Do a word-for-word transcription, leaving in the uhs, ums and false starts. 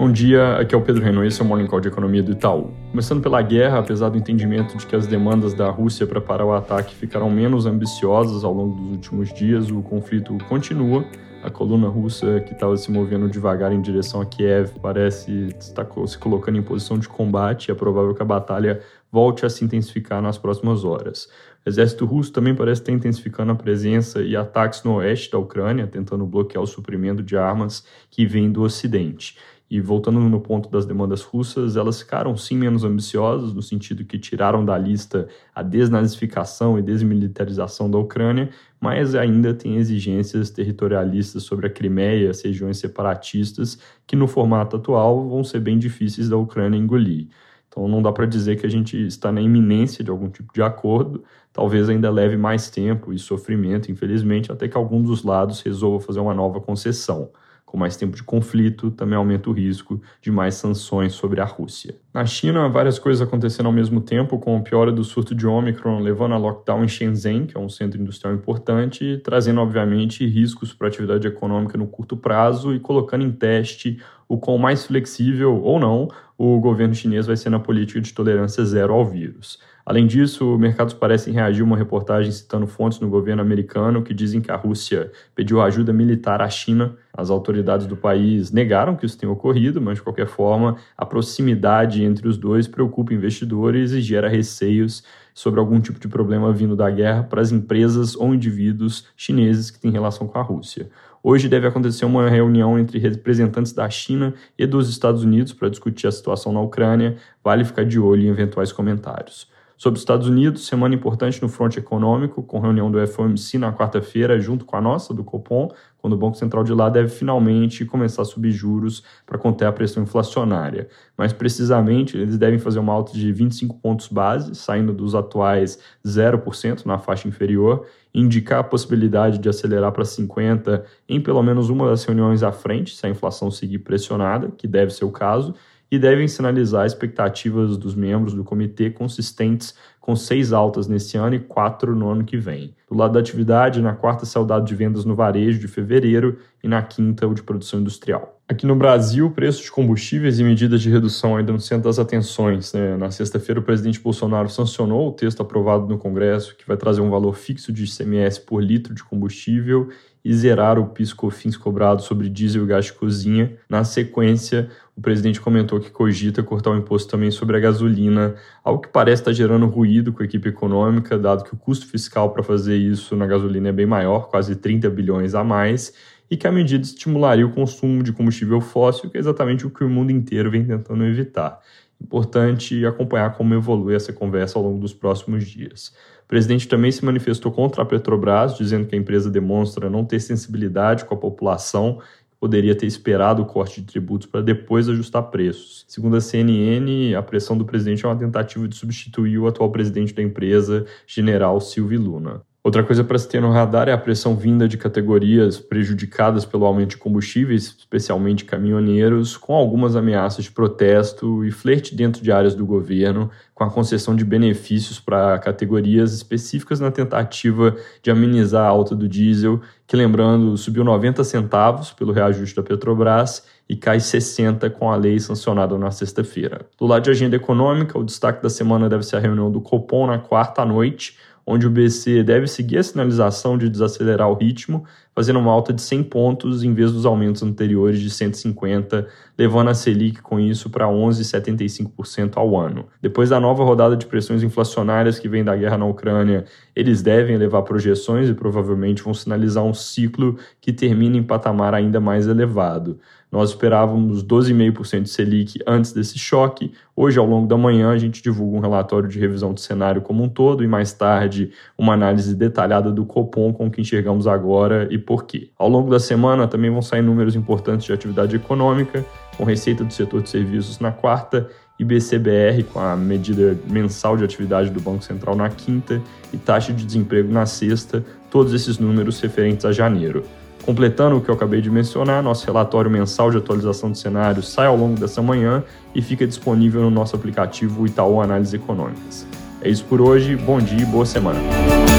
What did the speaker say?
Bom dia, aqui é o Pedro Renault, esse é o Morning Call de Economia do Itaú. Começando pela guerra, apesar do entendimento de que as demandas da Rússia para parar o ataque ficaram menos ambiciosas ao longo dos últimos dias, o conflito continua. A coluna russa, que estava se movendo devagar em direção a Kiev, parece estar se colocando em posição de combate e é provável que a batalha volte a se intensificar nas próximas horas. O exército russo também parece estar intensificando a presença e ataques no oeste da Ucrânia, tentando bloquear o suprimento de armas que vem do ocidente. E voltando no ponto das demandas russas, elas ficaram sim menos ambiciosas, no sentido que tiraram da lista a desnazificação e desmilitarização da Ucrânia, mas ainda tem exigências territorialistas sobre a Crimeia e as regiões separatistas, que no formato atual vão ser bem difíceis da Ucrânia engolir. Então não dá para dizer que a gente está na iminência de algum tipo de acordo, talvez ainda leve mais tempo e sofrimento, infelizmente, até que algum dos lados resolva fazer uma nova concessão. Com mais tempo de conflito, também aumenta o risco de mais sanções sobre a Rússia. Na China, várias coisas acontecendo ao mesmo tempo, com a piora do surto de Ômicron levando a lockdown em Shenzhen, que é um centro industrial importante, trazendo, obviamente, riscos para a atividade econômica no curto prazo e colocando em teste o quão mais flexível, ou não, o governo chinês vai ser na política de tolerância zero ao vírus. Além disso, mercados parecem reagir a uma reportagem citando fontes no governo americano que dizem que a Rússia pediu ajuda militar à China. As autoridades do país negaram que isso tenha ocorrido, mas, de qualquer forma, a proximidade entre os dois preocupa investidores e gera receios sobre algum tipo de problema vindo da guerra para as empresas ou indivíduos chineses que têm relação com a Rússia. Hoje deve acontecer uma reunião entre representantes da China e dos Estados Unidos para discutir a situação na Ucrânia. Vale ficar de olho em eventuais comentários. Sobre os Estados Unidos, semana importante no fronte econômico, com reunião do F O M C na quarta-feira, junto com a nossa, do Copom, quando o Banco Central de lá deve finalmente começar a subir juros para conter a pressão inflacionária. Mais precisamente, eles devem fazer uma alta de vinte e cinco pontos base, saindo dos atuais zero por cento na faixa inferior, e indicar a possibilidade de acelerar para cinquenta por cento em pelo menos uma das reuniões à frente, se a inflação seguir pressionada, que deve ser o caso, e devem sinalizar expectativas dos membros do comitê consistentes com seis altas nesse ano e quatro no ano que vem. Do lado da atividade, na quarta saiu o dado de vendas no varejo de fevereiro e na quinta o de produção industrial. Aqui no Brasil, o preço de combustíveis e medidas de redução ainda no centro das atenções, né? Na sexta-feira, o presidente Bolsonaro sancionou o texto aprovado no Congresso que vai trazer um valor fixo de I C M S por litro de combustível e zerar o PIS/COFINS cobrado sobre diesel e gás de cozinha. Na sequência, o presidente comentou que cogita cortar o imposto também sobre a gasolina, algo que parece estar gerando ruído com a equipe econômica, dado que o custo fiscal para fazer isso na gasolina é bem maior, quase trinta bilhões a mais, e que a medida estimularia o consumo de combustível fóssil, que é exatamente o que o mundo inteiro vem tentando evitar. Importante acompanhar como evolui essa conversa ao longo dos próximos dias. O presidente também se manifestou contra a Petrobras, dizendo que a empresa demonstra não ter sensibilidade com a população, poderia ter esperado o corte de tributos para depois ajustar preços. Segundo a C N N, a pressão do presidente é uma tentativa de substituir o atual presidente da empresa, general Silvio Luna. Outra coisa para se ter no radar é a pressão vinda de categorias prejudicadas pelo aumento de combustíveis, especialmente caminhoneiros, com algumas ameaças de protesto e flerte dentro de áreas do governo, com a concessão de benefícios para categorias específicas na tentativa de amenizar a alta do diesel, que, lembrando, subiu noventa centavos pelo reajuste da Petrobras e cai sessenta com a lei sancionada na sexta-feira. Do lado de agenda econômica, o destaque da semana deve ser a reunião do Copom na quarta à noite, onde o B C deve seguir a sinalização de desacelerar o ritmo, fazendo uma alta de cem pontos em vez dos aumentos anteriores de cento e cinquenta, levando a Selic com isso para onze vírgula setenta e cinco por cento ao ano. Depois da nova rodada de pressões inflacionárias que vem da guerra na Ucrânia, eles devem elevar projeções e provavelmente vão sinalizar um ciclo que termina em patamar ainda mais elevado. Nós esperávamos doze vírgula cinco por cento de Selic antes desse choque. Hoje, ao longo da manhã, a gente divulga um relatório de revisão do cenário como um todo e, mais tarde, uma análise detalhada do Copom com o que enxergamos agora e por quê. Ao longo da semana, também vão sair números importantes de atividade econômica, com receita do setor de serviços na quarta, I B C B R com a medida mensal de atividade do Banco Central na quinta e taxa de desemprego na sexta, todos esses números referentes a janeiro. Completando o que eu acabei de mencionar, nosso relatório mensal de atualização de cenários sai ao longo dessa manhã e fica disponível no nosso aplicativo Itaú Análises Econômicas. É isso por hoje, bom dia e boa semana.